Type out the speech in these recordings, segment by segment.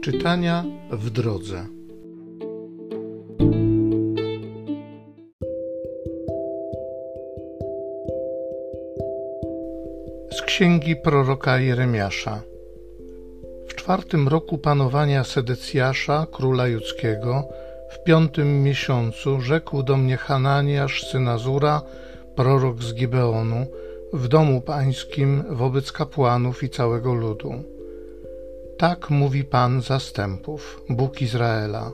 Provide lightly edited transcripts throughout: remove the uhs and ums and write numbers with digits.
Czytania w drodze. Z księgi proroka Jeremiasza. W 4. roku panowania Sedecjasza, króla judzkiego, w 5. miesiącu rzekł do mnie Hananiasz, syn Azura, prorok z Gibeonu, w domu pańskim wobec kapłanów i całego ludu. Tak mówi Pan zastępów, Bóg Izraela.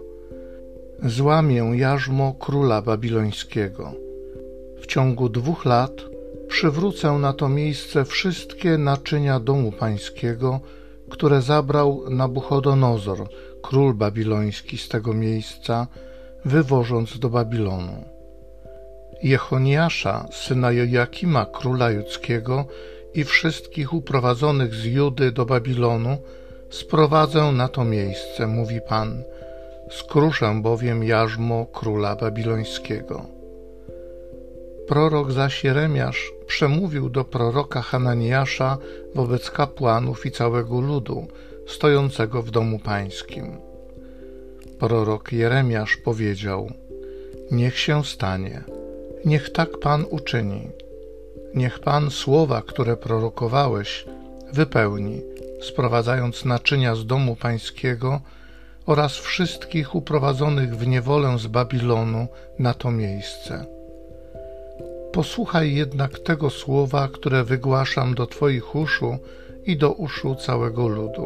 Złamię jarzmo króla babilońskiego. W ciągu 2 lat przywrócę na to miejsce wszystkie naczynia domu pańskiego, które zabrał Nabuchodonozor, król babiloński z tego miejsca, wywożąc do Babilonu. Jechoniasza, syna Jojakima, króla judzkiego, i wszystkich uprowadzonych z Judy do Babilonu sprowadzę na to miejsce, mówi Pan. Skruszę bowiem jarzmo króla babilońskiego. Prorok zaś Jeremiasz przemówił do proroka Hananiasza wobec kapłanów i całego ludu stojącego w domu pańskim. Prorok Jeremiasz powiedział: niech się stanie, niech tak Pan uczyni. Niech Pan słowa, które prorokowałeś, wypełni, sprowadzając naczynia z domu pańskiego oraz wszystkich uprowadzonych w niewolę z Babilonu na to miejsce. Posłuchaj jednak tego słowa, które wygłaszam do Twoich uszu i do uszu całego ludu.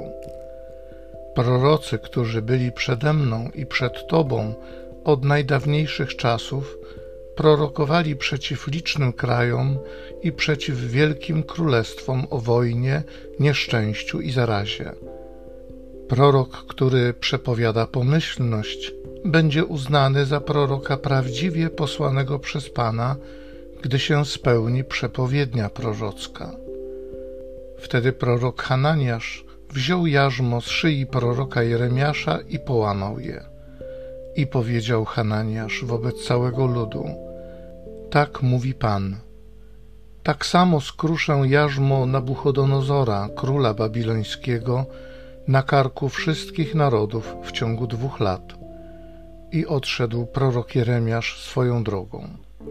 Prorocy, którzy byli przede mną i przed Tobą od najdawniejszych czasów, prorokowali przeciw licznym krajom i przeciw wielkim królestwom o wojnie, nieszczęściu i zarazie. Prorok, który przepowiada pomyślność, będzie uznany za proroka prawdziwie posłanego przez Pana, gdy się spełni przepowiednia prorocka. Wtedy prorok Hananiasz wziął jarzmo z szyi proroka Jeremiasza i połamał je. I powiedział Hananiasz wobec całego ludu: tak mówi Pan. Tak samo skruszę jarzmo Nabuchodonozora, króla babilońskiego, na karku wszystkich narodów w ciągu 2 lat. I odszedł prorok Jeremiasz swoją drogą.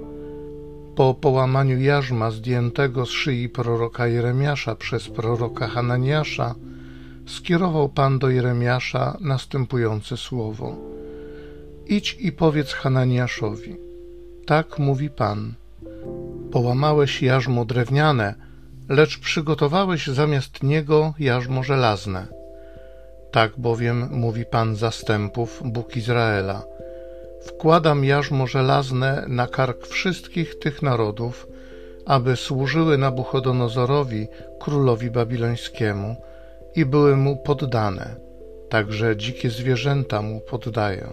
Po połamaniu jarzma zdjętego z szyi proroka Jeremiasza przez proroka Hananiasza, skierował Pan do Jeremiasza następujące słowo: idź i powiedz Hananiaszowi: tak mówi Pan. Połamałeś jarzmo drewniane, lecz przygotowałeś zamiast niego jarzmo żelazne. Tak bowiem mówi Pan zastępów, Bóg Izraela. Wkładam jarzmo żelazne na kark wszystkich tych narodów, aby służyły Nabuchodonozorowi, królowi babilońskiemu, i były mu poddane, także dzikie zwierzęta mu poddają.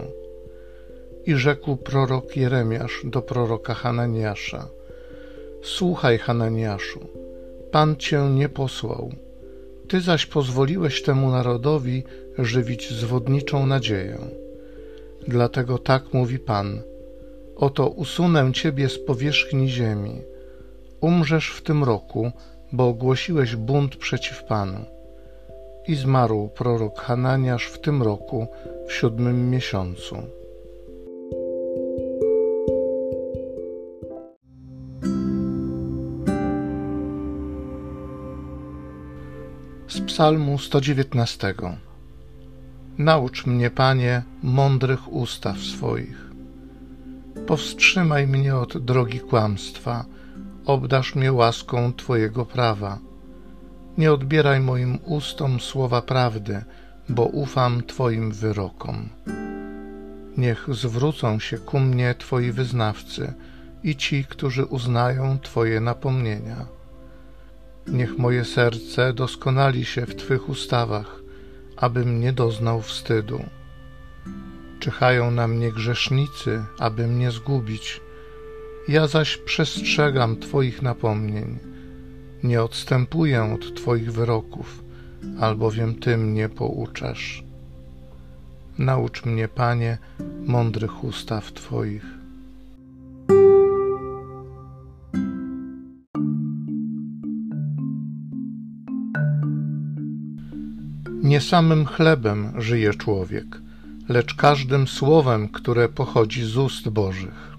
I rzekł prorok Jeremiasz do proroka Hananiasza: słuchaj, Hananiaszu, Pan cię nie posłał, ty zaś pozwoliłeś temu narodowi żywić zwodniczą nadzieję. Dlatego tak mówi Pan: oto usunę ciebie z powierzchni ziemi. Umrzesz w tym roku, bo ogłosiłeś bunt przeciw Panu. I zmarł prorok Hananiasz w tym roku, w 7. miesiącu. Z Psalmu 119. Naucz mnie, Panie, mądrych ustaw swoich. Powstrzymaj mnie od drogi kłamstwa, obdarz mnie łaską Twojego prawa. Nie odbieraj moim ustom słowa prawdy, bo ufam Twoim wyrokom. Niech zwrócą się ku mnie Twoi wyznawcy i ci, którzy uznają Twoje napomnienia. Niech moje serce doskonali się w Twych ustawach, abym nie doznał wstydu. Czyhają na mnie grzesznicy, aby mnie zgubić. Ja zaś przestrzegam Twoich napomnień. Nie odstępuję od Twoich wyroków, albowiem Ty mnie pouczasz. Naucz mnie, Panie, mądrych ustaw Twoich. Nie samym chlebem żyje człowiek, lecz każdym słowem, które pochodzi z ust Bożych.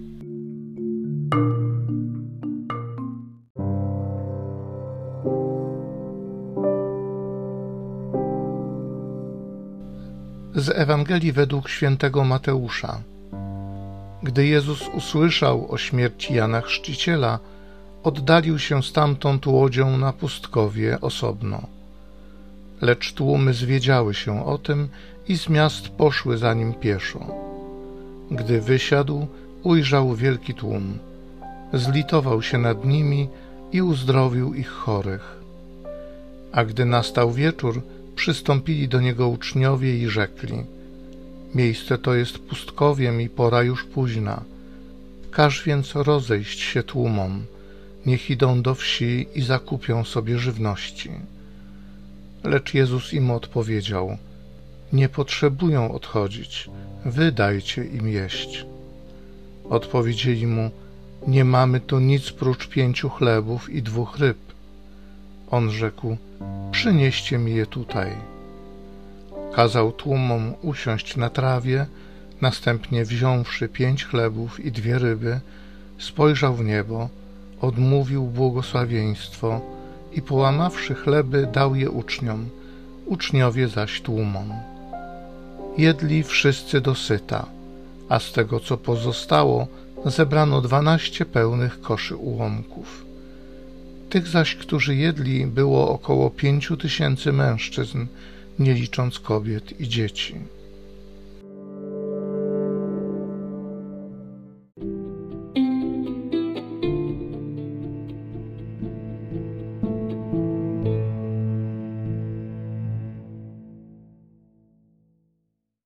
Z Ewangelii według świętego Mateusza. Gdy Jezus usłyszał o śmierci Jana Chrzciciela, oddalił się stamtąd łodzią na pustkowie osobno. Lecz tłumy zwiedziały się o tym i z miast poszły za nim pieszo. Gdy wysiadł, ujrzał wielki tłum. Zlitował się nad nimi i uzdrowił ich chorych. A gdy nastał wieczór, przystąpili do niego uczniowie i rzekli: miejsce to jest pustkowiem i pora już późna. Każ więc rozejść się tłumom, niech idą do wsi i zakupią sobie żywności. Lecz Jezus im odpowiedział: nie potrzebują odchodzić, wy dajcie im jeść. Odpowiedzieli mu: nie mamy tu nic prócz 5 chlebów i 2 ryb. On rzekł: przynieście mi je tutaj. Kazał tłumom usiąść na trawie, następnie wziąwszy 5 chlebów i 2 ryby, spojrzał w niebo, odmówił błogosławieństwo i połamawszy chleby, dał je uczniom, uczniowie zaś tłumom. Jedli wszyscy dosyta, a z tego, co pozostało, zebrano 12 pełnych koszy ułomków. Tych zaś, którzy jedli, było około 5000 mężczyzn, nie licząc kobiet i dzieci.